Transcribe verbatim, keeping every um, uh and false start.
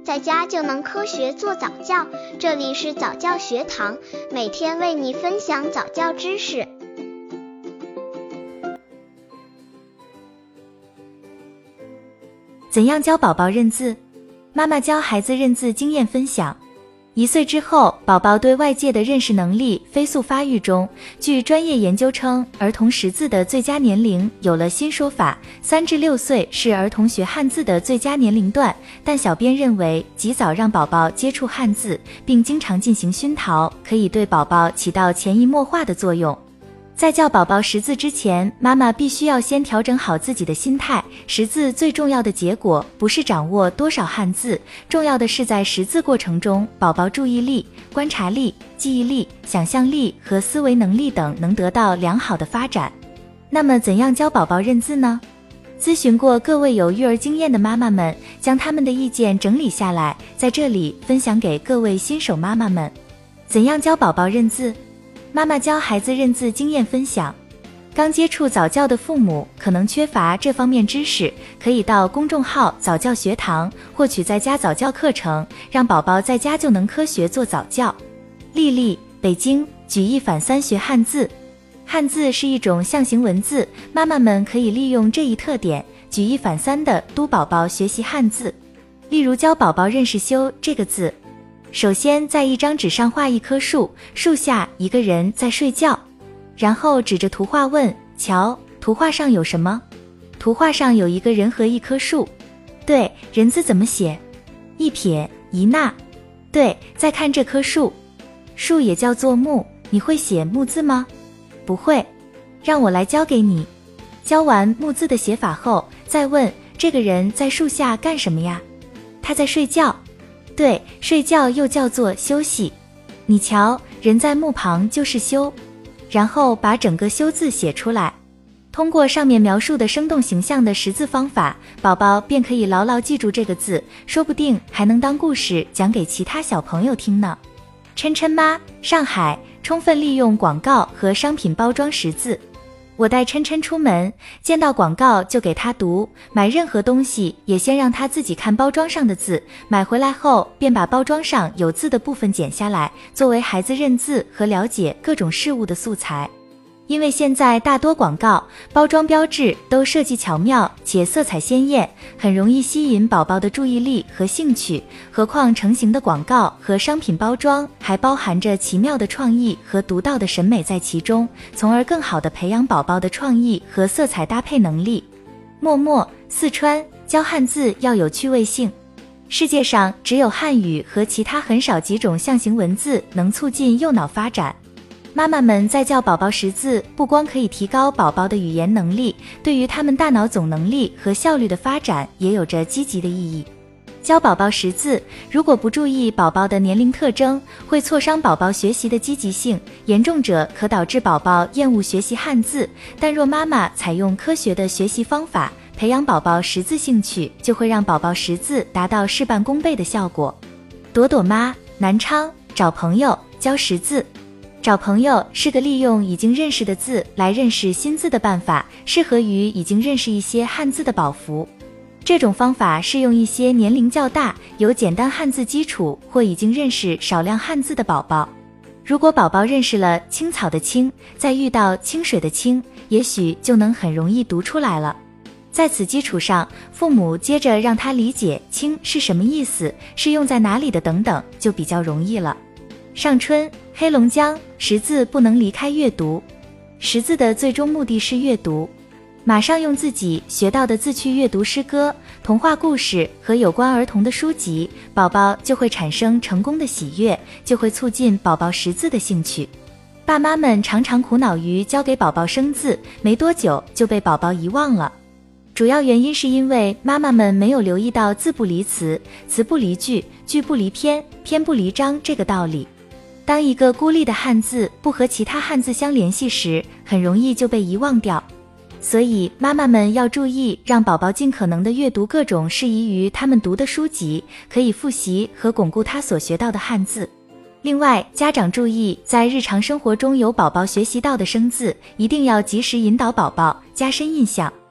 在家就能科学做早教。这里是早教学堂，每天为你分享早教知识。 怎样教宝宝认字？妈妈教孩子认字经验分享。一岁之后，宝宝对外界的认识能力飞速发育中，据专业研究称，儿童识字的最佳年龄有了新说法，三至六岁是儿童学汉字的最佳年龄段，但小编认为，及早让宝宝接触汉字，并经常进行熏陶，可以对宝宝起到潜移默化的作用。在教宝宝识字之前，妈妈必须要先调整好自己的心态。识字最重要的结果不是掌握多少汉字，重要的是在识字过程中，宝宝注意力、观察力、记忆力、想象力和思维能力等能得到良好的发展。那么怎样教宝宝认字呢？咨询过各位有育儿经验的妈妈们，将他们的意见整理下来，在这里分享给各位新手妈妈们。怎样教宝宝认字？妈妈教孩子认字经验分享。刚接触早教的父母可能缺乏这方面知识，可以到公众号早教学堂获取在家早教课程，让宝宝在家就能科学做早教。丽丽，北京，举一反三学汉字。汉字是一种象形文字，妈妈们可以利用这一特点，举一反三的督宝宝学习汉字。例如教宝宝认识修这个字。首先在一张纸上画一棵树，树下一个人在睡觉，然后指着图画问，瞧，图画上有什么？图画上有一个人和一棵树。对，人字怎么写？一撇一捺。对，再看这棵树，树也叫做木，你会写木字吗？不会，让我来教给你。教完木字的写法后，再问，这个人在树下干什么呀？他在睡觉。对，睡觉又叫做休息。你瞧，人在木旁就是休。然后把整个休字写出来。通过上面描述的生动形象的识字方法，宝宝便可以牢牢记住这个字，说不定还能当故事讲给其他小朋友听呢。琛琛妈，上海，充分利用广告和商品包装识字。我带琛琛出门，见到广告就给他读，买任何东西也先让他自己看包装上的字，买回来后便把包装上有字的部分剪下来，作为孩子认字和了解各种事物的素材。因为现在大多广告包装标志都设计巧妙且色彩鲜艳，很容易吸引宝宝的注意力和兴趣，何况成型的广告和商品包装还包含着奇妙的创意和独到的审美在其中，从而更好地培养宝宝的创意和色彩搭配能力。默默，四川，教汉字要有趣味性。世界上只有汉语和其他很少几种象形文字能促进右脑发展。妈妈们在教宝宝识字，不光可以提高宝宝的语言能力，对于他们大脑总能力和效率的发展也有着积极的意义。教宝宝识字，如果不注意宝宝的年龄特征，会挫伤宝宝学习的积极性，严重者可导致宝宝厌恶学习汉字。但若妈妈采用科学的学习方法，培养宝宝识字兴趣，就会让宝宝识字达到事半功倍的效果。朵朵妈，南昌，找朋友，教识字。找朋友是个利用已经认识的字来认识新字的办法，适合于已经认识一些汉字的宝福。这种方法适用一些年龄较大、有简单汉字基础或已经认识少量汉字的宝宝。如果宝宝认识了青草的青，再遇到清水的清，也许就能很容易读出来了。在此基础上，父母接着让他理解清是什么意思，是用在哪里的等等，就比较容易了。上春，黑龙江，识字不能离开阅读。识字的最终目的是阅读，马上用自己学到的字去阅读诗歌、童话故事和有关儿童的书籍，宝宝就会产生成功的喜悦，就会促进宝宝识字的兴趣。爸妈们常常苦恼于教给宝宝生字，没多久就被宝宝遗忘了。主要原因是因为妈妈们没有留意到字不离词，词不离句，句不离篇，篇不离章这个道理。当一个孤立的汉字不和其他汉字相联系时，很容易就被遗忘掉。所以妈妈们要注意，让宝宝尽可能的阅读各种适宜于他们读的书籍，可以复习和巩固他所学到的汉字。另外，家长注意，在日常生活中有宝宝学习到的生字，一定要及时引导宝宝，加深印象。